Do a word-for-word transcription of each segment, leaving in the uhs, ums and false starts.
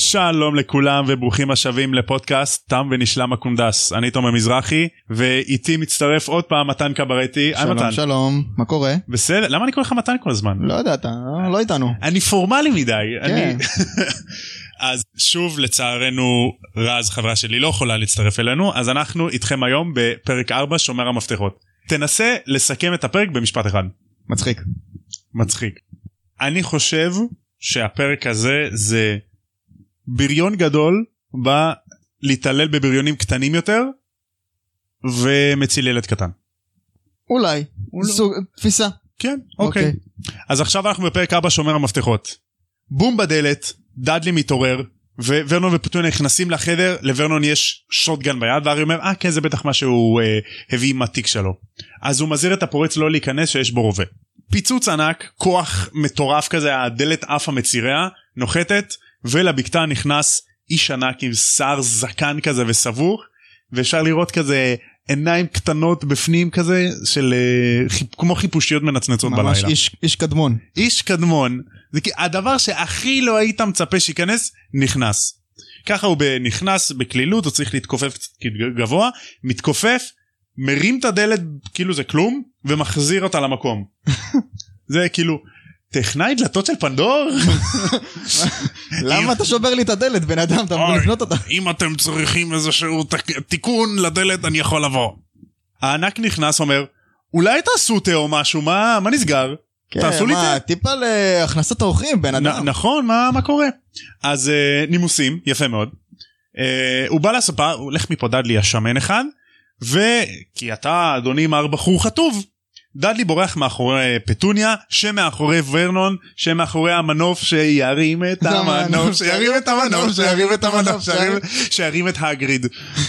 שלום לכולם וברוכים השבים לפודקאסט תם ונשלם הקונדס. אני תומר מזרחי ואיתי מצטרף עוד פעם מתן קברטי. שלום מתן. שלום, מה קורה? בסדר, למה אני קורא לך מתן כל הזמן? לא יודע, אתה לא איתנו. אני פורמלי מדי. כן. אני... אז שוב לצערנו רז חברה שלי לא יכולה להצטרף אלינו, אז אנחנו איתכם היום בפרק ארבע שומר המפתחות. תנסה לסכם את הפרק במשפט אחד. מצחיק. מצחיק. אני חושב שהפרק הזה זה בריון גדול בא להתעלל בבריונים קטנים יותר ומציל ילד קטן. אולי, סוג, תפיסה. כן, אוקיי. אוקיי. אז עכשיו אנחנו בפרק ארבע שומר המפתחות. בום בדלת, דאדלי מתעורר, וורנון ופטוניה נכנסים לחדר, לוורנון יש שוטגן ביד, והארי אומר, אה כן זה בטח מה שהוא אה, הביא עם התיק שלו. אז הוא מזהיר את הפורץ לא להיכנס שיש בו רובה. פיצוץ ענק, כוח מטורף כזה, הדלת עפה מציריה, נוחתת, ולבקתה נכנס איש ענק עם שיער זקן כזה וסבוך, ואפשר לראות כזה עיניים קטנות בפנים כזה, של כמו חיפושיות מנצנצות בלילה. ממש איש, איש קדמון. איש קדמון. זה הדבר שהכי לא היית מצפה שיכנס, נכנס. ככה הוא נכנס בכלילות, הוא צריך להתכופף גבוה, מתכופף, מרים את הדלת כאילו זה כלום, ומחזיר אותה למקום. זה כאילו... טכנאי דלתות של פנדור? למה אתה שובר לי את הדלת בן אדם? אתה אמור לבנות אותה. אם אתם צריכים איזשהו תיקון לדלת אני יכול לבוא. הענק נכנס אומר אולי תעשו תה או משהו, מה נסגר? תעשו לי תה. טיפה להכנסת האורחים בן אדם. נכון, מה קורה? אז נימוסים, יפה מאוד. הוא בא לספה, הוא הולך מפה דאדלי השמן אחד, וכי אתה אדוני מר בחור חטוב, דאדלי בורח מאחורי פטוניה, שמאחורי ורנון, שמאחורי המנוף שירים את המנוף, שירים את המנוף, שירים את המנוף, שירים את הגריד.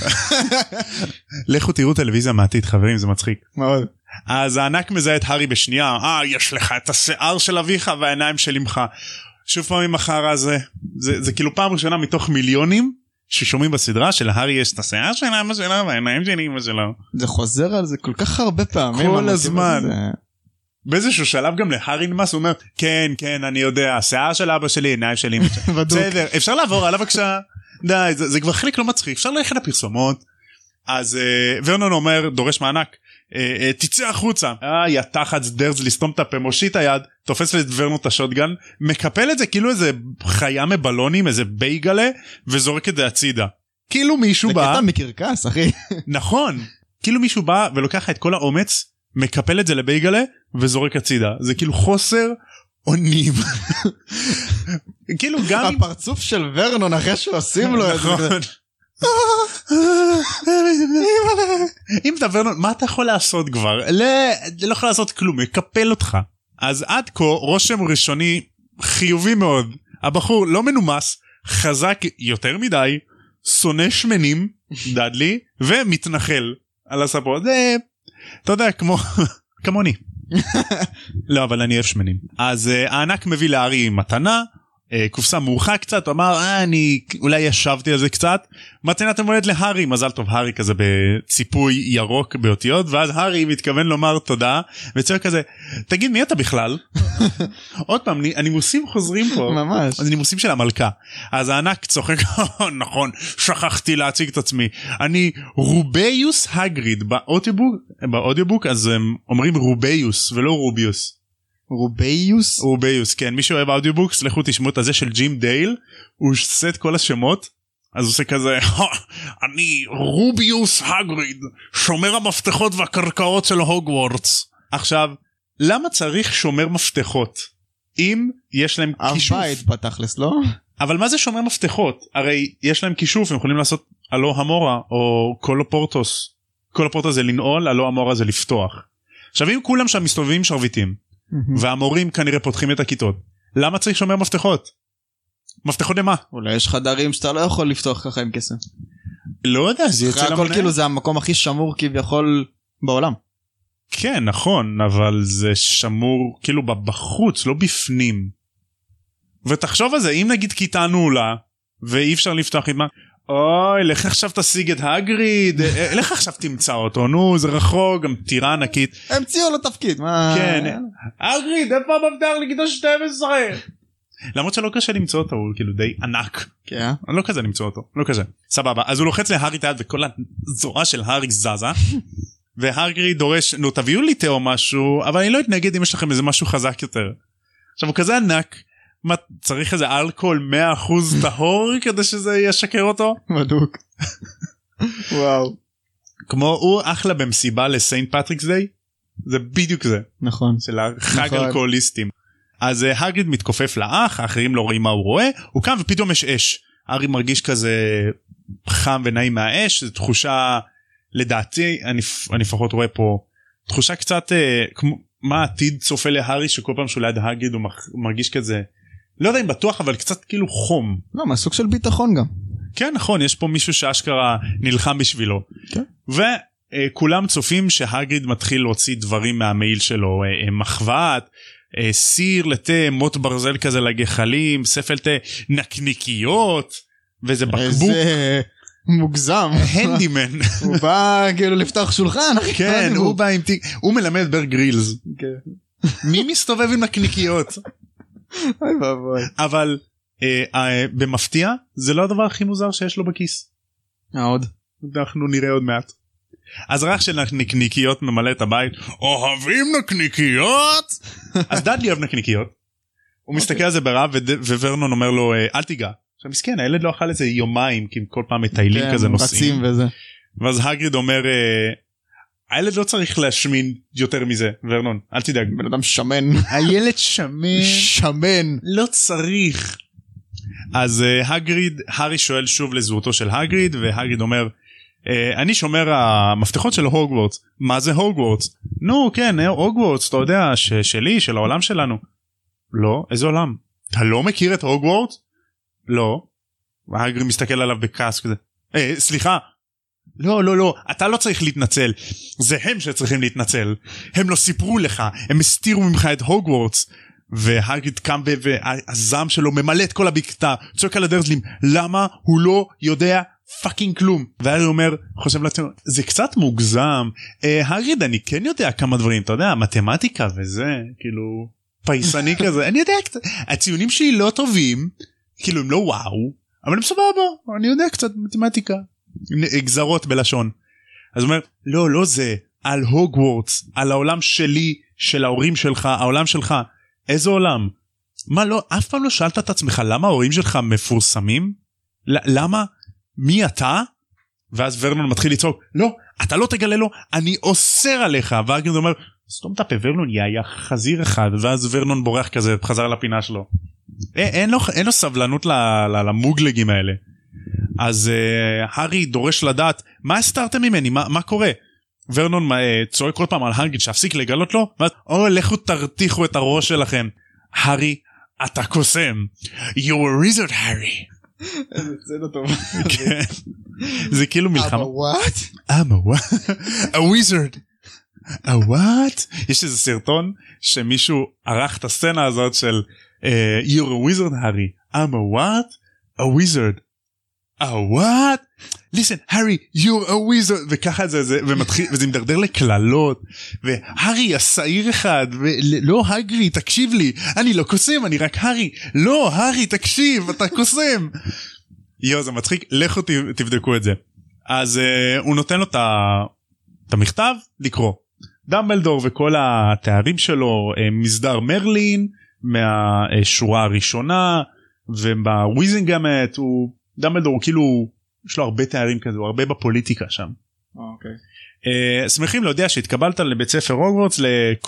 לכו תראו טלוויזיה מעתיד חברים, זה מצחיק. מאוד. אז הענק מזהה את הארי בשנייה, אה יש לך את השיער של אביך והעיניים של אמך. שוב פעם עם החרא הזה, זה כאילו פעם ראשונה מתוך מיליונים, ששומעים בסדרה של הארי יש את השיער של אמא שלה והעיניים של אמא שלו. זה חוזר על זה כל כך הרבה פעמים. כל הזמן. באיזשהו שלב גם להארי נמאס, הוא אומר, כן, כן, אני יודע, השיער של אבא שלי, עיניים של אמא שלי. בסדר, אפשר לעבור עליו בבקשה. די, זה כבר חלק לא מצחיק, אפשר ללכת לפרסומות. אז ורנון אומר, דורש מענק, תצא החוצה. אה, יא תחת דרז לסתום את הפה, מושיט היד, תופס את ורנון את השוטגן, מקפל את זה כאילו איזה חיה מבלונים, איזה בייגלה, וזורק את זה הצידה. כאילו מישהו בא... זה קטע מקרקס, אחי. נכון. כאילו מישהו בא ולוקח את כל האומץ, מקפל את זה לבייגלה, וזורק הצידה. זה כאילו חוסר אונים. כאילו גם... הפרצוף של ורנון אחרי שעושים לו את זה. אם תדבר, מה אתה יכול לעשות כבר? לא יכול לעשות כלום, מקפל אותך. אז עד כה רושם ראשוני חיובי מאוד, הבחור לא מנומס, חזק יותר מדי, שונא שמנים, דאדלי, ומתנחל על הספות. זה, אתה יודע, כמו כמוני. לא, אבל אני אוהב שמנים. אז הענק מביא להארי מתנה, קופסה מורחה קצת, הוא אמר, אה, אני אולי ישבתי על זה קצת, מתנת המולדת להארי, מזל טוב, הארי כזה בציפוי ירוק באותיות, ואז הארי מתכוון לומר תודה, וצריך כזה, תגיד מי אתה בכלל? עוד פעם, הנימוסים חוזרים פה, ממש, הנימוסים של המלכה, אז הענק צוחק, נכון, שכחתי להציג את עצמי, אני רוביוס הגריד, באודיובוק, באודיובוק, אז הם אומרים רוביוס, ולא רוביוס, רוביוס? רוביוס, כן, מי שאוהב אודיובוק, סלחו תשמעו את הזה של ג'ים דייל, הוא עושה את כל השמות, אז הוא עושה כזה, אני רוביוס הגריד, שומר המפתחות והקרקעות של הוגוורטס. עכשיו, למה צריך שומר מפתחות? אם יש להם כישוף. הבית בתכלס, לא? אבל מה זה שומר מפתחות? הרי יש להם כישוף, הם יכולים לעשות אלו המורה, או קולופורטוס. קולופורטוס זה לנעול, אלו המורה זה לפתוח. עכשיו, אם כולם שם מסתובבים שרביטים, והמורים כנראה פותחים את הכיתות, למה צריך שומר מפתחות? מפתחות למה? אולי יש חדרים שאתה לא יכול לפתוח ככה עם כסף. לא יודע, זה יוצא למנהל. הכל כאילו זה המקום הכי שמור כביכול בעולם. כן, נכון, אבל זה שמור כאילו בחוץ, לא בפנים. ותחשוב על זה, אם נגיד כיתה נעולה, ואי אפשר לפתוח עם מה, אוי, לך עכשיו תשיג את הגריד, לך עכשיו תמצא אותו, נו, זה רחוק, גם טירה ענקית. המציאו לו תפקיד, מה? כן, הגריד, איפה המפתח לכיתה שתים עשרה? למרות שלא קשה למצוא אותו, הוא כאילו די ענק. כן. אני לא כזה למצוא אותו, לא כזה. סבבה, אז הוא לוחץ להארי את היד וכל הזרוע של הארי זזה, והארי דורש, נו תביאו לי תה או משהו, אבל אני לא אתנגד אם יש לכם איזה משהו חזק יותר. עכשיו הוא כזה ענק, מה, צריך איזה אלכוהול מאה אחוז טהור כדי שזה ישקר אותו? בדוק. וואו. כמו הוא אחלה במסיבה לסיינט פטריקס דיי, זה בדיוק זה. נכון. של החג אלכוהוליסטים. אז הגריד מתכופף לאח, האחרים לא רואים מה הוא רואה, הוא קם ופתאום יש אש. הארי מרגיש כזה חם ונעים מהאש, זו תחושה, לדעתי, אני, אני לפחות רואה פה, תחושה קצת, אה, כמו, מה העתיד צופה להארי, שכל פעם שהוא ליד הגריד הוא מרגיש כזה, לא יודע אם בטוח, אבל קצת כאילו חום. לא, מהסוג של ביטחון גם. כן, נכון, יש פה מישהו שאשכרה נלחם בשבילו. כן. וכולם צופים שהגריד מתחיל להוציא דברים מהמייל שלו, מחבת, סיר לתה, מוט ברזל כזה לגחלים, ספל תה, נקניקיות, וזה בקבוק. איזה מוגזם. הנדימן. הוא בא כאילו לפתוח שולחן. כן, הוא בא עם תיק, הוא מלמד בר גרילס. מי מסתובב עם נקניקיות? אוי ואבוי. אבל אה, אה, במפתיע זה לא הדבר הכי מוזר שיש לו בכיס. מה עוד? אנחנו נראה עוד מעט. אז ריח של נקניקיות ממלא את הבית. אוהבים נקניקיות? אז דאדלי אוהב נקניקיות. הוא מסתכל על זה ברעב וורנון אומר לו אל תיגע. עכשיו מסכן, הילד לא אכל איזה יומיים כי כל פעם מטיילים כזה נוסעים. ואז הגריד אומר הילד לא צריך להשמין יותר מזה. ורנון אל תדאג, בן אדם שמן. הילד שמן. שמן. לא צריך. אז הגריד, הארי שואל שוב לזהותו של הגריד והגריד אומר אני שומר המפתחות של הוגוורטס. מה זה הוגוורטס? נו כן, הוגוורטס אתה יודע שלי, של העולם שלנו. לא, איזה עולם? אתה לא מכיר את הוגוורטס? לא. והגריד מסתכל עליו בכעס כזה. אה, סליחה. לא, לא, לא, אתה לא צריך להתנצל. זה הם שצריכים להתנצל. הם לא סיפרו לך, הם הסתירו ממך את הוגוורטס. והגריד קם והזעם שלו ממלא את כל הבקתה. צועק על הדרזלים, למה הוא לא יודע פאקינג כלום? והארי אומר, חושב לעצמו, זה קצת מוגזם. הגריד, אני כן יודע כמה דברים, אתה יודע, מתמטיקה וזה, כאילו, פייסני כזה. אני יודע, הציונים שלי לא טובים, כאילו הם לא וואו, אבל הם סבבה, אני יודע קצת מתמטיקה. גזרות בלשון. אז הוא אומר, לא, לא זה, על הוגוורטס, על העולם שלי, של ההורים שלך, העולם שלך. איזה עולם? מה לא, אף פעם לא שאלת את עצמך למה ההורים שלך מפורסמים? למה? מי אתה? ואז ורנון מתחיל לצעוק, לא, אתה לא תגלה לו, אני אוסר עליך. והגריד אומר, סתום את הפה ורנון, יא חזיר אחד. ואז ורנון בורח כזה, חזר לפינה שלו. אין, אין, לו, אין לו סבלנות למוגלגים האלה. אז uh, הארי דורש לדעת, מה הסתרתם ממני? מה, מה קורה? ורנון uh, צועק כל פעם על הגריד שהפסיק לגלות לו, ואז, או, לכו תרתיחו את הראש שלכם. הארי, אתה קוסם. You're a wizard, הארי. איזה צדה טובה. כן. זה כאילו מלחמה. I'm a what? I'm a what? A wizard. A what? יש איזה סרטון שמישהו ערך את הסצנה הזאת של uh, You're a wizard, הארי. I'm a what? A wizard. A what? Listen, Harry, you're a wizard. וככה זה, זה, ומתחיל, וזה מדרדר לכללות. והארי, השעיר אחד, ולא, הגרי, תקשיב לי. אני לא קוסם, אני רק הארי. לא, הארי, תקשיב, אתה קוסם. יו, זה מצחיק, לכו תבדקו את זה. אז uh, הוא נותן לו את המכתב לקרוא. דמבלדור וכל התארים שלו, מסדר מרלין, מהשורה הראשונה, ובוויזינגמט הוא, דמבלדור הוא כאילו, יש לו הרבה תארים כזה, הוא הרבה בפוליטיקה שם. אוקיי. Uh, שמחים להודיע שהתקבלת לבית ספר הוגוורטס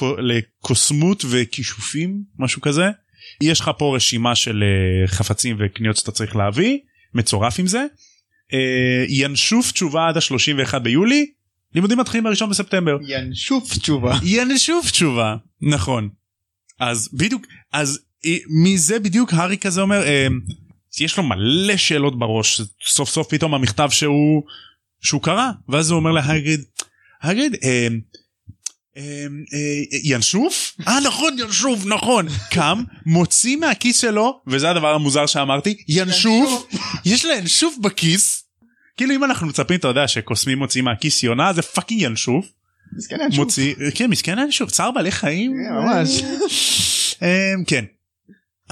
לקוסמות וכישופים, משהו כזה. יש לך פה רשימה של uh, חפצים וקניות שאתה צריך להביא, מצורף עם זה. Uh, ינשוף תשובה עד ה-שלושים ואחד ביולי, לימודים מתחילים בראשון בספטמבר. ינשוף תשובה. ינשוף תשובה, נכון. אז בדיוק, אז מזה בדיוק הארי כזה אומר, uh, יש לו מלא שאלות בראש, סוף סוף פתאום המכתב שהוא, שהוא קרא, ואז הוא אומר להגריד, הגריד, אה, אה, אה, ינשוף? אה נכון, ינשוף, נכון. קם, מוציא מהכיס שלו, וזה הדבר המוזר שאמרתי, ינשוף, יש לה ינשוף בכיס, כאילו אם אנחנו מצפים, אתה יודע, שקוסמים מוציאים מהכיס יונה, זה פאקינג ינשוף. מסכן ינשוף. מוציא, כן, מסכן ינשוף, צער בעלי חיים. ממש. כן.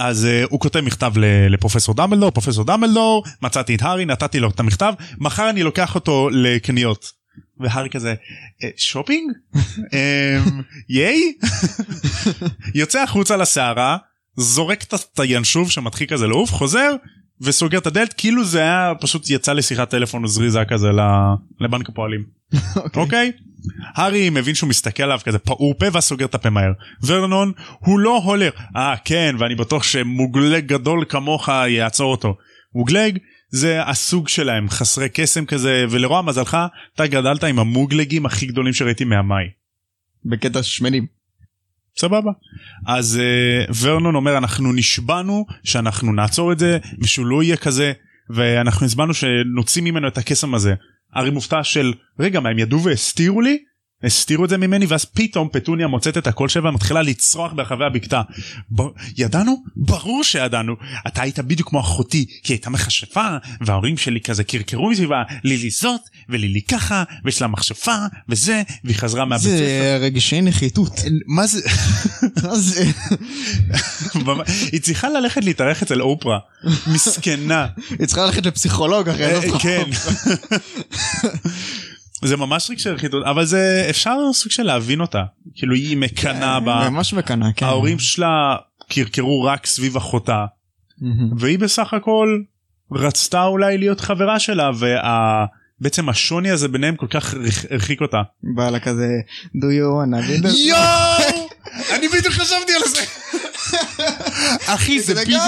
אז uh, הוא כותב מכתב לפרופסור דמבלדור, פרופסור דמבלדור, מצאתי את הארי, נתתי לו את המכתב, מחר אני לוקח אותו לקניות. והארי כזה, שופינג? ייי? יוצא החוצה לסערה, זורק את הינשוב שמתחיל כזה לעוף, חוזר וסוגר את הדלת, כאילו זה היה פשוט יצא לשיחת טלפון וזריזה כזה לבנק הפועלים. אוקיי? הארי מבין שהוא מסתכל עליו כזה פעור פה וסוגר את הפה מהר. ורנון הוא לא הולך, אה כן, ואני בטוח שמוגלג גדול כמוך יעצור אותו. מוגלג זה הסוג שלהם, חסרי קסם כזה, ולרוע מזלך, אתה גדלת עם המוגלגים הכי גדולים שראיתי מהמאי. בקטע שמנים. סבבה. אז uh, ורנון אומר, אנחנו נשבענו שאנחנו נעצור את זה, ושהוא לא יהיה כזה, ואנחנו הסבנו שנוציא ממנו את הקסם הזה. הארי מופתע של, רגע, מה הם ידעו והסתירו לי? הסתירו את זה ממני, ואז פתאום פטוניה מוצאת את הקול שלה ומתחילה לצרוח ברחבי הבקתה. ב... ידענו? ברור שידענו. אתה היית בדיוק כמו אחותי, כי הייתה מכשפה, וההורים שלי כזה קרקרו מסביבה, לילי זאת, ולילי ככה, ויש לה מכשפה, וזה, והיא חזרה מהבית ספר. זה רגשי נחיתות. מה זה? מה זה? היא צריכה ללכת להתארח אצל אופרה. מסכנה. היא צריכה ללכת לפסיכולוג אחרי זה. כן. זה ממש רגשי נחיתות, אבל זה אפשר סוג של להבין אותה. כאילו היא מקנה בה. ממש מקנה, כן. ההורים שלה קרקרו רק סביב אחותה. והיא בסך הכל רצתה אולי להיות חברה שלה, ובעצם השוני הזה ביניהם כל כך הרחיק אותה. בא לה כזה, do you wanna be the... יואו! אני בדיוק חשבתי על זה. אחי זה בדיוק...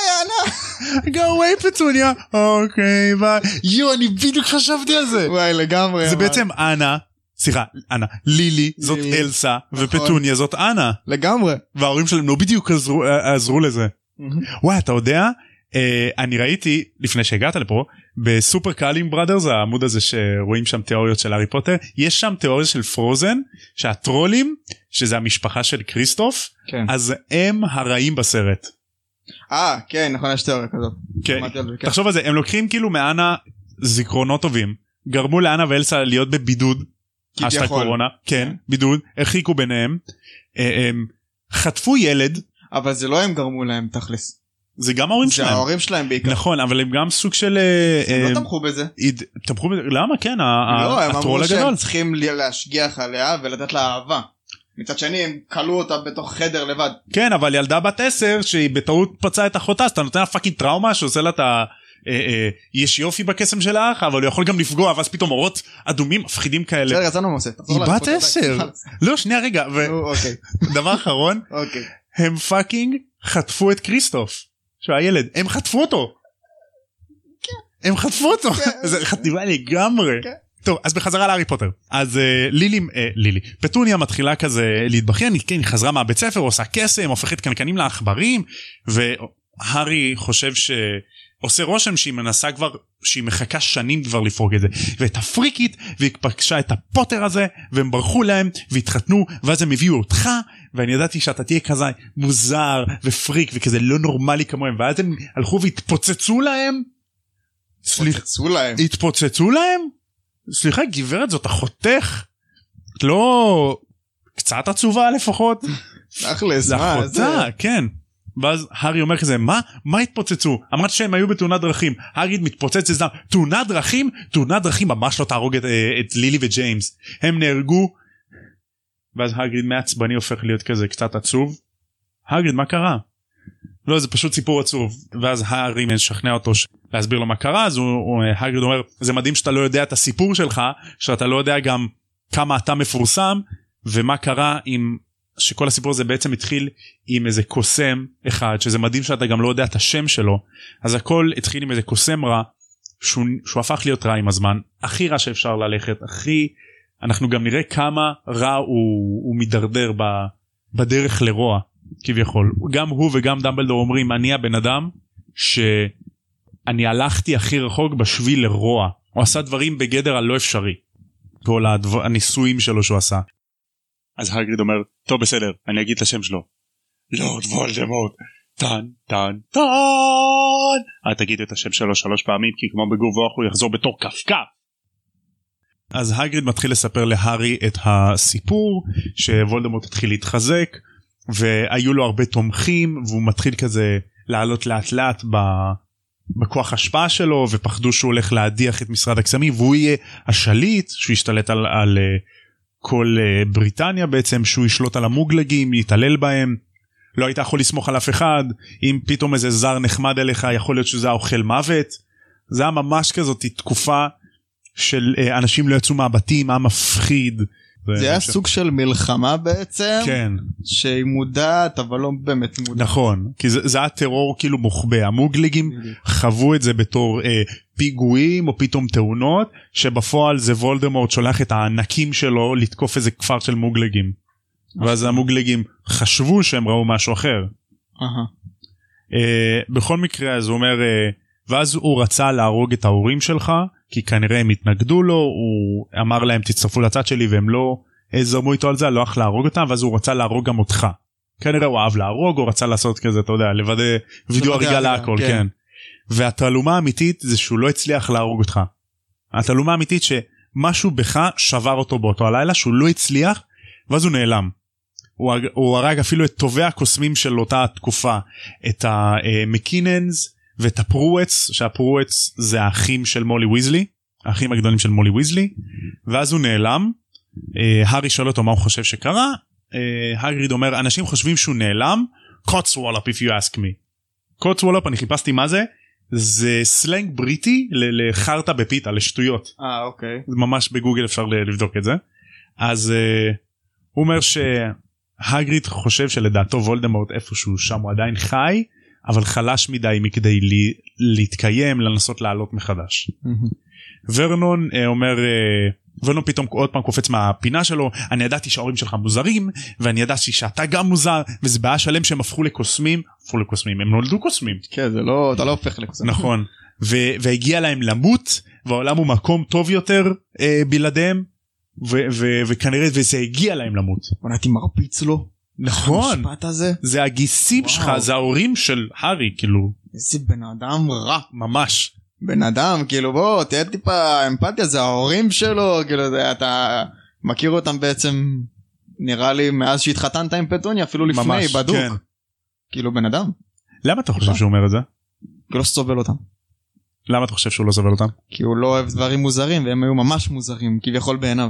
go away פטוניה. אוקיי ביי. יואו אני בדיוק חשבתי על זה. וואי לגמרי. זה בעצם אנה, סליחה, אנה, לילי זאת אלסה ופטוניה זאת אנה. לגמרי. וההורים שלהם לא בדיוק עזרו לזה. וואי אתה יודע, אני ראיתי לפני שהגעת לפה בסופר קאלים בראדרס, העמוד הזה שרואים שם תיאוריות של הארי פוטר, יש שם תיאוריה של פרוזן שהטרולים שזה המשפחה של כריסטוף, אז הם הרעים בסרט. אה כן נכון, יש תיאוריה כזאת. כן, תחשוב על זה, הם לוקחים כאילו מאנה זיכרונות טובים, גרמו לאנה ואלסה להיות בבידוד, השתה קורונה, כן בידוד, הרחיקו ביניהם, הם חטפו ילד, אבל זה לא הם גרמו להם תכלס, זה גם ההורים שלהם. זה ההורים שלהם בעיקר. נכון, אבל הם גם סוג של... הם לא תמכו בזה. תמכו בזה, למה? כן, לא, הם הטרול אמרו הגדול. שהם צריכים להשגיח עליה ולתת לה אהבה. מצד שני הם קלו אותה בתוך חדר לבד. כן, אבל ילדה בת עשר שהיא בטעות פצעה את אחותה, אז אתה נותן לה פאקינג טראומה שעושה לה את ה... יש יופי בקסם של האח, אבל הוא יכול גם לפגוע, ואז פתאום אורות אדומים מפחידים כאלה. בסדר, יצאנו מוסה. היא בת עשר. לא, שנייה רגע. דבר אחרון, הם פאקינג חטפו את כריסטוף. שהילד, הם חטפו אותו. כן. הם חטפו אותו. זה חטיבה לגמרי. כן. טוב, אז בחזרה להארי פוטר. אז uh, לילי, uh, לילי, פטוניה מתחילה כזה להתבכיין, כן, היא חזרה מהבית ספר, עושה קסם, הופכת קנקנים לעכברים, והארי חושב שעושה רושם שהיא מנסה כבר, שהיא מחכה שנים כבר לפרוק את זה, ואת הפריקית, והיא פגשה את הפוטר הזה, והם ברחו להם, והתחתנו, ואז הם הביאו אותך, ואני ידעתי שאתה תהיה כזה מוזר ופריק וכזה לא נורמלי כמוהם, ואז הם הלכו והתפוצצו להם. התפוצצו להם? התפוצצו להם? סליחה גברת, זאת אחותך? את לא קצת עצובה לפחות? אחלס, מה זה? כן. ואז הארי אומר כזה, מה? מה התפוצצו? אמרת שהם היו בתאונת דרכים. הארי מתפוצץ לזדם. תאונת דרכים? תאונת דרכים ממש לא תהרוג את, את לילי וג'יימס. הם נהרגו. ואז הגריד מעצבני הופך להיות כזה קצת עצוב. הגריד, מה קרה? לא, זה פשוט סיפור עצוב. ואז הארי משכנע אותו להסביר לו מה קרה, אז הוא, הגריד אומר, זה מדהים שאתה לא יודע את הסיפור שלך, שאתה לא יודע גם כמה אתה מפורסם, ומה קרה עם, שכל הסיפור הזה בעצם התחיל עם איזה קוסם אחד, שזה מדהים שאתה גם לא יודע את השם שלו, אז הכל התחיל עם איזה קוסם רע, שהוא, שהוא הפך להיות רע עם הזמן, הכי רע שאפשר ללכת, הכי... אנחנו גם נראה כמה רע הוא, הוא מדרדר ב, בדרך לרוע, כביכול. גם הוא וגם דמבלדור אומרים, אני הבן אדם שאני הלכתי הכי רחוק בשביל לרוע. הוא עשה דברים בגדר הלא אפשרי. כל הדבר, הניסויים שלו שהוא עשה. אז הגריד אומר, טוב בסדר, אני אגיד את השם שלו. לורד וולדמורט, טן, טן, טן. אל תגיד את השם שלו שלוש פעמים, כי כמו בגוב רוח הוא יחזור בתור כפכף. אז הגריד מתחיל לספר להארי את הסיפור, שוולדמורט התחיל להתחזק, והיו לו הרבה תומכים, והוא מתחיל כזה לעלות לאט לאט ב... בכוח השפעה שלו, ופחדו שהוא הולך להדיח את משרד הקסמים, והוא יהיה השליט, שהוא ישתלט על, על כל בריטניה בעצם, שהוא ישלוט על המוגלגים, יתעלל בהם, לא היית יכול לסמוך על אף אחד, אם פתאום איזה זר נחמד אליך, יכול להיות שזה האוכל מוות, זה היה ממש כזאת תקופה של אנשים לא יצאו מהבתים, היה מפחיד. זה היה סוג של מלחמה בעצם, כן. שהיא מודעת אבל לא באמת מודעת. נכון, כי זה, זה היה טרור כאילו מוחבא, המוגלגים חוו את זה בתור אה, פיגועים או פתאום תאונות, שבפועל זה וולדמורט שולח את הענקים שלו לתקוף איזה כפר של מוגלגים, ואז המוגלגים חשבו שהם ראו משהו אחר. אה, בכל מקרה אז הוא אומר, אה, ואז הוא רצה להרוג את ההורים שלך, כי כנראה הם התנגדו לו, הוא אמר להם תצטרפו לצד שלי, והם לא זרמו איתו על זה, לא הלך להרוג אותם, ואז הוא רצה להרוג גם אותך. כנראה הוא אהב להרוג, הוא רצה לעשות כזה, אתה יודע, לוודא וידאו הריגה להכל, כן. כן. והתעלומה האמיתית זה שהוא לא הצליח להרוג אותך. התעלומה האמיתית שמשהו בך שבר אותו באותו הלילה, שהוא לא הצליח, ואז הוא נעלם. הוא, הוא הרג אפילו את טובי הקוסמים של אותה תקופה, את המקיננס, ואת הפרואץ, שהפרואץ זה האחים של מולי ויזלי, האחים הגדולים של מולי ויזלי, ואז הוא נעלם, הארי שואל אותו מה הוא חושב שקרה, הגריד אומר, אנשים חושבים שהוא נעלם, קוטסוולופ if you ask me. קוטסוולופ, אני חיפשתי מה זה, זה סלנג בריטי לחרטה בפיתה, לשטויות. אה, אוקיי. ממש בגוגל אפשר לבדוק את זה. אז הוא אומר שהגריד חושב שלדעתו וולדמורט איפשהו שם הוא עדיין חי, אבל חלש מדי מכדי לי, להתקיים, לנסות לעלות מחדש. ורנון אומר, ורנון פתאום עוד פעם קופץ מהפינה שלו, אני ידעתי שההורים שלך מוזרים, ואני ידעתי שאתה גם מוזר, וזה בעיה שלם שהם הפכו לקוסמים, הפכו לקוסמים, הם נולדו קוסמים. כן, זה לא, אתה לא הופך לקוסמים. נכון, ו- והגיע להם למות, והעולם הוא מקום טוב יותר אה, בלעדיהם, ו- ו- וכנראה וזה הגיע להם למות. בנתי מרפיץ לו. נכון, הזה. זה הגיסים וואו. שלך, זה ההורים של הארי, כאילו. איזה בן אדם רע. ממש. בן אדם, כאילו בוא, תהיה טיפה אמפתיה, זה ההורים שלו, כאילו זה, אתה מכיר אותם בעצם, נראה לי, מאז שהתחתנת עם פטוניה, אפילו לפני, ממש, בדוק. כן. כאילו בן אדם. למה אתה חושב שהוא אומר את זה? כי לא סובל אותם. למה אתה חושב שהוא לא סובל אותם? כי הוא לא אוהב דברים מוזרים, והם היו ממש מוזרים, כביכול בעיניו.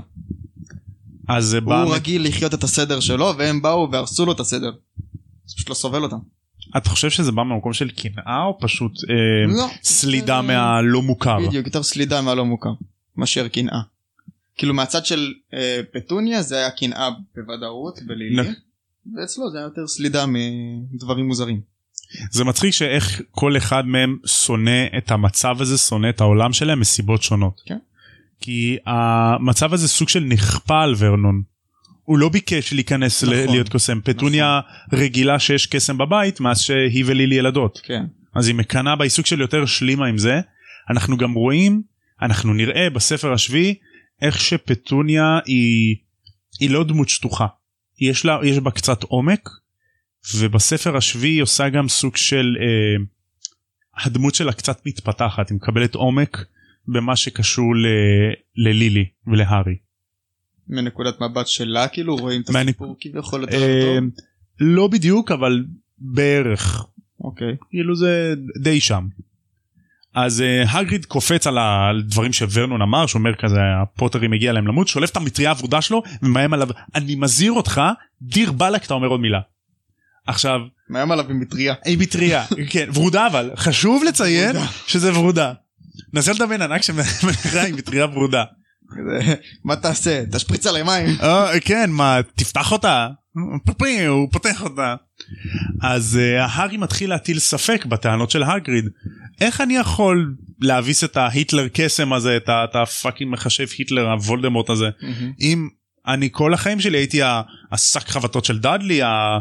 אז הוא בא... רגיל לחיות את הסדר שלו, והם באו והרסו לו את הסדר. זה פשוט לא סובל אותם. אתה חושב שזה בא מהמקום של קנאה, או פשוט אה, לא. סלידה מהלא מוכר? בדיוק, יותר סלידה מהלא מוכר, מאשר קנאה. כאילו מהצד של אה, פטוניה זה היה קנאה בוודאות, בלילי, נ... ואצלו זה היה יותר סלידה מדברים מוזרים. זה מצחיק שאיך כל אחד מהם שונא את המצב הזה, שונא את העולם שלהם מסיבות שונות. כן. כי המצב הזה סוג של נכפה על ורנון. הוא לא ביקש להיכנס נכון, להיות קוסם. פטוניה נכון. רגילה שיש קסם בבית, מאז שהיא ולילי ילדות. כן. אז היא מקנה בעיסוק של יותר שלימה עם זה. אנחנו גם רואים, אנחנו נראה בספר השביעי, איך שפטוניה היא, היא לא דמות שטוחה. יש לה, יש בה קצת עומק, ובספר השביעי היא עושה גם סוג של, אה, הדמות שלה קצת מתפתחת, היא מקבלת עומק, במה שקשור ל... ללילי ולהארי. מנקודת מבט שלה כאילו רואים את מהנק... הסיפור כביכול יותר אה... טוב? לא בדיוק אבל בערך. אוקיי. כאילו זה די שם. אז uh, הגריד קופץ על הדברים שוורנון אמר, שאומר כזה הפוטרים מגיע להם למות, שולף את המטריה הוורודה שלו ומאיים עליו, אני מזהיר אותך, דיר בלק, אתה אומר עוד מילה. עכשיו מאיים עליו עם מטריה. עם מטריה, כן, ורודה, אבל חשוב לציין שזה ורודה. נסה לדמיין ענק שמלכה עם מטריה ורודה. מה תעשה? תשפריץ עלי מים. כן, מה, תפתח אותה? פפרי, הוא פותח אותה. אז הארי מתחיל להטיל ספק בטענות של הגריד. איך אני יכול להביס את ההיטלר קסם הזה, את הפאקינג מחשב היטלר הוולדמורט הזה, אם אני כל החיים שלי הייתי השק חבטות של דאדלי,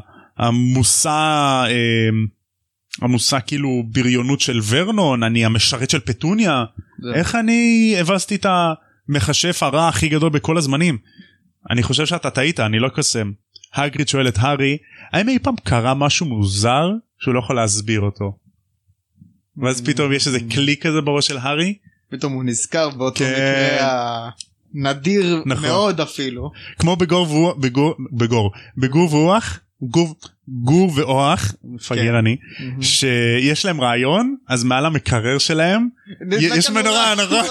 המושא המושא כאילו בריונות של ורנון, אני המשרת של פטוניה, איך אני הבסתי את המחשף הרע הכי גדול בכל הזמנים? אני חושב שאתה טעית, אני לא קסם. הגריד שואל את הארי, האם אי פעם קרה משהו מוזר שהוא לא יכול להסביר אותו? ואז פתאום יש איזה קליק כזה בראש של הארי, פתאום הוא נזכר באותו מקרה נדיר מאוד אפילו, כמו בגור בגור בגור רוח, גור, גור ואוח, מפגר אני, שיש להם רעיון, אז מעל המקרר שלהם, יש מנורה, נכון?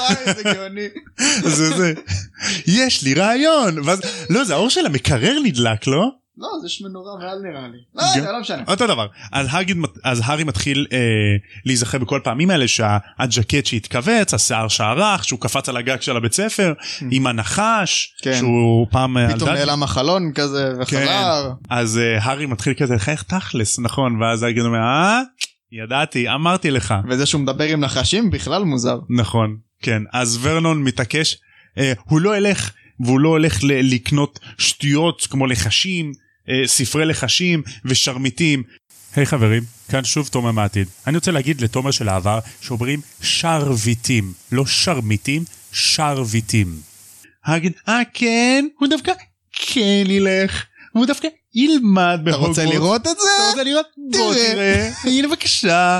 זה זה, יש לי רעיון, לא, זה האור של המקרר נדלק, לא? לא, זה יש מנורה מעל נראה לי. לא, זה לא משנה. אותו דבר. אז הארי מתחיל להיזכר בכל פעמים האלה שהג'קט שהתכווץ, השיער שערך, שהוא קפץ על הגג של הבית ספר, עם הנחש, שהוא פעם... פתאום נעלם החלון כזה וחזר. אז הארי מתחיל כזה, איך תכלס, נכון, ואז הארי אומר, אה, ידעתי, אמרתי לך. וזה שהוא מדבר עם נחשים בכלל מוזר. נכון, כן. אז ורנון מתעקש, הוא לא ילך, והוא לא הולך לקנות שטויות כמו לחשים, ספרי לחשים ושרמיטים. היי hey, חברים, כאן שוב תומר מעתיד. אני רוצה להגיד לתומר של העבר שאומרים שרביטים, לא שרמיטים, שרביטים. הגיד, אה כן, הוא דווקא כן ילך, הוא דווקא ילמד בהוגוורטס. אתה רוצה לראות את זה? אתה רוצה לראות? בוא תראה, הנה בבקשה.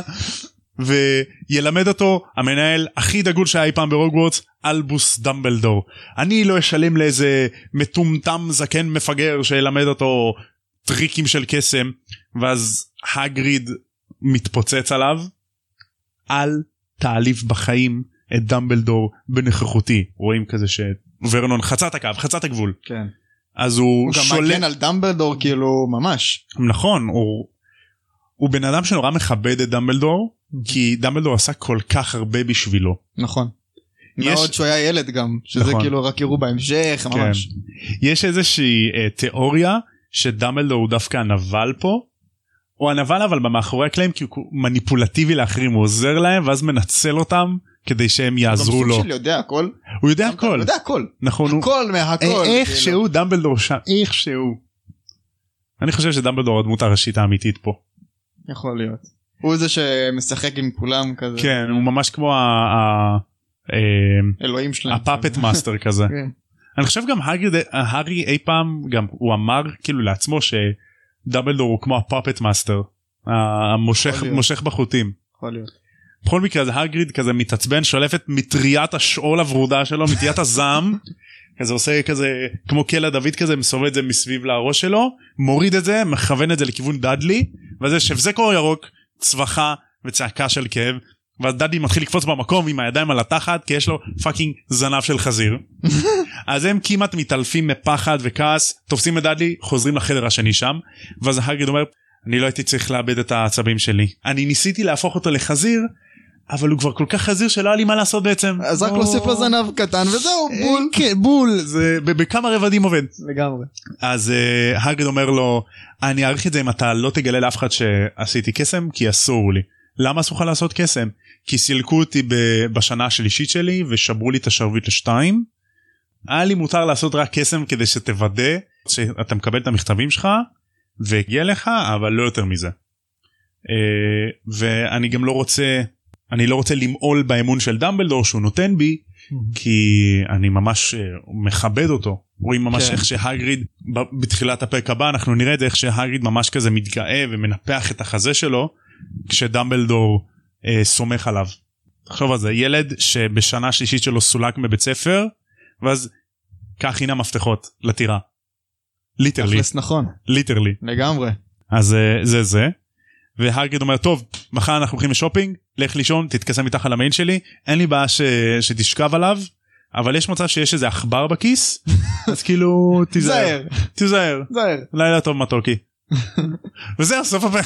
וילמד אותו המנהל הכי דגול שהיה אי פעם בהוגוורטס, אלבוס דמבלדור. אני לא אשלם לאיזה מטומטם זקן מפגר שילמד אותו טריקים של קסם. ואז הגריד מתפוצץ עליו, אל תעליב בחיים את דמבלדור בנוכחותי. רואים כזה שוורנון חצה את הקו, חצה את הגבול. כן. אז הוא, הוא גם שולט... מגן על דמבלדור כאילו ממש. נכון, הוא, הוא בן אדם שנורא מכבד את דמבלדור, כי דמבלדור עשה כל כך הרבה בשבילו. נכון. יש... מאוד שהוא היה ילד גם, שזה נכון. כאילו רק יראו בהמשך, כן. ממש. יש איזושהי uh, תיאוריה שדמבלדור הוא דווקא הנבל פה, הוא הנבל אבל במאחורי הקלעים, כי הוא מניפולטיבי לאחרים, הוא עוזר להם ואז מנצל אותם כדי שהם יעזרו לו. הוא יודע הכל. הוא יודע הכל. הוא יודע הכל. נכון. הכל מהכל. איך שהוא דמבלדור שם, איך שהוא. אני חושב שדמבלדור הדמות הראשית האמיתית פה. יכול להיות. הוא זה שמשחק עם כולם כזה. כן, הוא ממש כמו אלוהים שלהם. הפאפט מאסטר כזה. אני חושב גם הארי אי פעם, גם הוא אמר כאילו לעצמו שדמבלדור הוא כמו הפאפט מאסטר. המושך בחוטים. יכול להיות. בכל מקרה זה הגריד כזה מתעצבן, שולף את מטריית השאול הוורודה שלו, מטריית הזעם, כזה עושה כזה כמו קלע דוד כזה, מסובב את זה מסביב לראש שלו, מוריד את זה, מכוון את זה לכיוון דאדלי, וזה שבזה קור ירוק, צווחה וצעקה של כאב, ואז דאדלי מתחיל לקפוץ במקום עם הידיים על התחת, כי יש לו פאקינג זנב של חזיר. אז הם כמעט מתעלפים מפחד וכעס, תופסים את דאדלי, חוזרים לחדר השני שם, ואז הגריד אומר, אני לא הייתי צריך לאבד את העצבים שלי. אני ניסיתי להפוך אותו לחזיר, אבל הוא כבר כל כך חזיר שלא היה לי מה לעשות בעצם. אז רק להוסיף לו זנב קטן וזהו, בול. כן, בול. זה בכמה רבדים עובד. לגמרי. אז הגריד אומר לו, אני אעריך את זה אם אתה לא תגלה לאף אחד שעשיתי קסם, כי אסור לי. למה אסור לך לעשות קסם? כי סילקו אותי בשנה השלישית שלי ושברו לי את השרביט לשתיים. היה לי מותר לעשות רק קסם כדי שתוודא שאתה מקבל את המכתבים שלך והגיע לך, אבל לא יותר מזה. ואני גם לא רוצה, אני לא רוצה למעול באמון של דמבלדור שהוא נותן בי, כי אני ממש מכבד אותו. רואים ממש איך שהגריד, בתחילת הפרק הבא אנחנו נראה את זה, איך שהגריד ממש כזה מתגאה ומנפח את החזה שלו, כשדמבלדור סומך עליו. תחשוב על זה, ילד שבשנה השלישית שלו סולק מבית ספר, ואז כך הנה המפתחות לטירה. ליטרלי. נכון. ליטרלי. לגמרי. אז זה זה. והגריד אומר, טוב, מחר אנחנו הולכים לשופינג, לך לישון, תתקסם מתחת למעיל שלי, אין לי בעיה ש... שתשכב עליו, אבל יש מצב שיש איזה עכבר בכיס, אז כאילו, תיזהר. תיזהר. תיזהר. לילה טוב מתוקי. וזהו, סוף הפרק.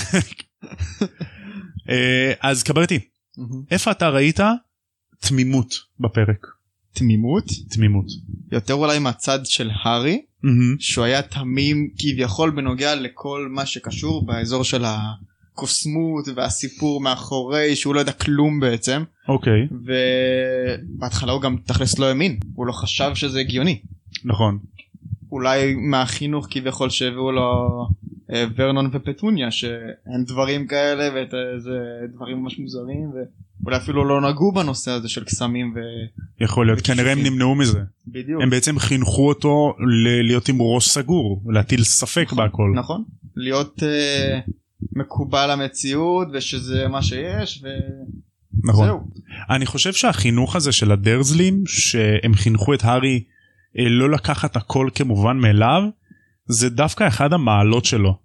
אז קברתי, איפה אתה ראית תמימות בפרק? תמימות? תמימות. יותר אולי מהצד של הארי, שהוא היה תמים כביכול בנוגע לכל מה שקשור באזור של הקוסמות והסיפור מאחורי, שהוא לא יודע כלום בעצם. אוקיי. ובהתחלה הוא גם תכלס לא האמין, הוא לא חשב שזה הגיוני. נכון. אולי מהחינוך כביכול שהביאו לו ורנון ופטוניה, שאין דברים כאלה ואיזה דברים ממש מוזרים, ואולי אפילו לא נגעו בנושא הזה של קסמים ו... יכול להיות, כנראה הם נמנעו מזה. בדיוק. הם בעצם חינכו אותו להיות עם ראש סגור, להטיל ספק בהכל. נכון, להיות מקובל המציאות ושזה מה שיש ו... נכון. אני חושב שהחינוך הזה של הדרזלים, שהם חינכו את הארי לא לקחת הכל כמובן מאליו, זה דווקא אחד המעלות שלו.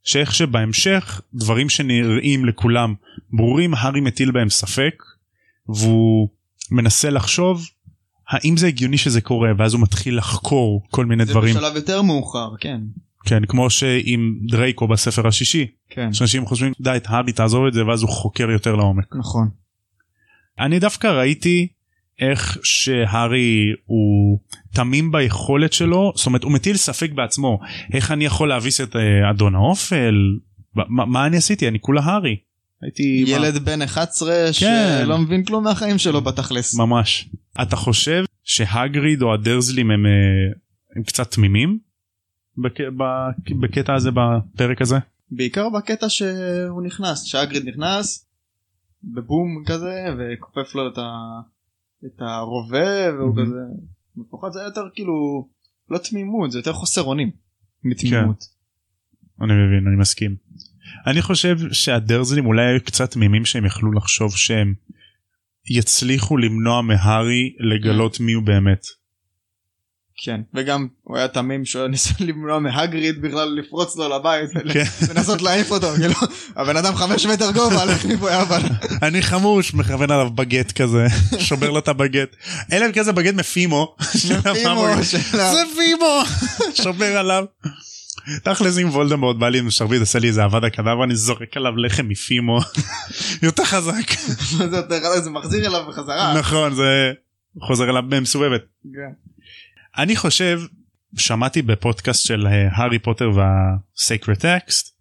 שאיך שבהמשך דברים שנראים לכולם ברורים, הארי מטיל בהם ספק, והוא מנסה לחשוב האם זה הגיוני שזה קורה, ואז הוא מתחיל לחקור כל מיני זה דברים. זה בשלב יותר מאוחר, כן. כן, כמו שעם דרייקו בספר השישי. כן. שאנשים חושבים, די, את הארי תעזוב את זה, ואז הוא חוקר יותר לעומק. נכון. אני דווקא ראיתי איך שהארי הוא תמים ביכולת שלו, זאת אומרת הוא מטיל ספק בעצמו, איך אני יכול להביס את אדון האופל, מה, מה אני עשיתי? אני כולה הארי. הייתי ילד מה... בן אחת עשרה כן. שלא מבין כלום מהחיים שלו בתכלס. ממש. אתה חושב שהגריד או הדרזלים הם, הם קצת תמימים בק... בקטע הזה, בפרק הזה? בעיקר בקטע שהוא נכנס, שהגריד נכנס בבום כזה וכופף לו את ה... את הרובה והוא כזה לפחות זה יותר כאילו לא תמימות, זה יותר חוסר אונים מתמימות. אני מבין, אני מסכים. אני חושב שהדרזלים אולי היו קצת תמימים שהם יכלו לחשוב שהם יצליחו למנוע מהארי לגלות מי הוא באמת. כן, וגם הוא היה תמים שהוא ניסה למנוע מהגריד בכלל לפרוץ לו לבית ולנסות להעיף אותו, כאילו הבן אדם חמש מטר גובה, הלך מפה אבל אני חמוש, מכוון עליו בגט כזה, שובר לו את הבגט, אלא כזה בגט מפימו, זה פימו, שובר עליו. תכלס עם וולדמורט בא לי עם שרביט, עשה לי איזה עבד הקדב ואני זורק עליו לחם מפימו, יותר חזק. זה מחזיר אליו בחזרה. נכון, זה חוזר אליו במסובבת. אני חושב, שמעתי בפודקאסט של הארי פוטר והסקרט טקסט,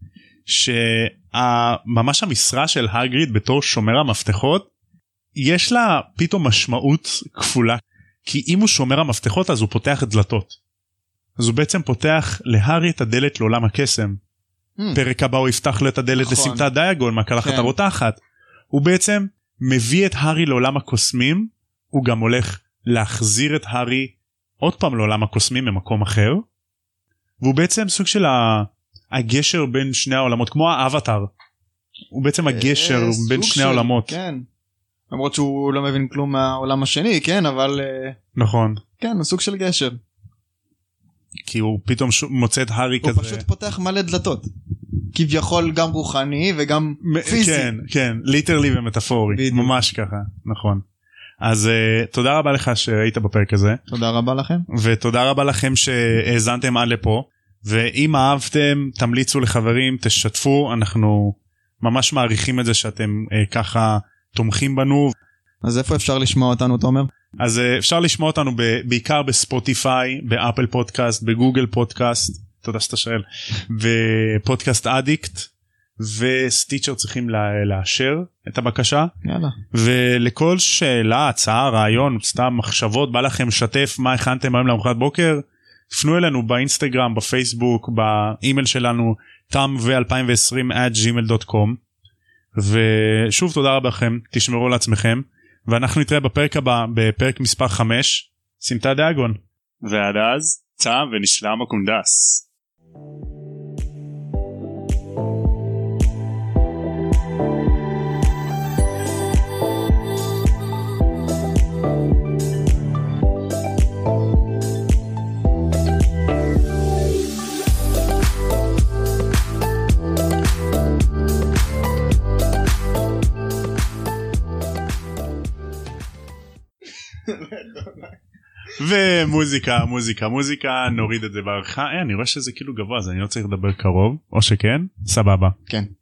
שממש המשרה של הגריד בתור שומר המפתחות, יש לה פתאום משמעות כפולה, כי אם הוא שומר המפתחות אז הוא פותח את דלתות. אז הוא בעצם פותח להארי את הדלת לעולם הקסם. Mm. פרק הבא הוא יפתח לו את הדלת נכון. לסמטת דיאגון, מהקלחת כן. הרותחת. הוא בעצם מביא את הארי לעולם הקוסמים, הוא גם הולך להחזיר את הארי עוד פעם לעולם הקוסמים ממקום אחר, והוא בעצם סוג של הגשר בין שני העולמות, כמו האבטר. הוא בעצם הגשר בין שני העולמות. כן. למרות שהוא לא מבין כלום מהעולם השני, כן, אבל... נכון. כן, הוא סוג של גשר. כי הוא פתאום מוצא את הארי כזה. הוא פשוט פותח מלא דלתות. כביכול גם רוחני וגם פיזי. כן, כן, ליטרלי ומטאפורי. ממש ככה, נכון. אז uh, תודה רבה לך שהיית בפרק הזה. תודה רבה לכם. ותודה רבה לכם שהאזנתם עד לפה. ואם אהבתם, תמליצו לחברים, תשתפו, אנחנו ממש מעריכים את זה שאתם uh, ככה תומכים בנו. אז איפה אפשר לשמוע אותנו, תומר? אז uh, אפשר לשמוע אותנו ב- בעיקר בספוטיפיי, באפל פודקאסט, בגוגל פודקאסט, תודה שאתה שואל, ופודקאסט אדיקט. וסטיצ'ר צריכים לאשר את הבקשה. יאללה. ולכל שאלה, הצעה, רעיון, סתם מחשבות, בא לכם לשתף מה הכנתם היום לארוחת בוקר, תפנו אלינו באינסטגרם, בפייסבוק, באימייל שלנו תם ו-אלפיים ועשרים at gmail dot com. ושוב תודה רבה לכם, תשמרו לעצמכם, ואנחנו נתראה בפרק הבא, בפרק מספר חמש, סמטת דיאגון. ועד אז, תם ונשלם הקונדס. ומוזיקה, מוזיקה, מוזיקה, נוריד את זה בערכה. אה, אני רואה שזה כאילו גבוה, אז אני לא צריך לדבר קרוב, או שכן? סבבה. כן.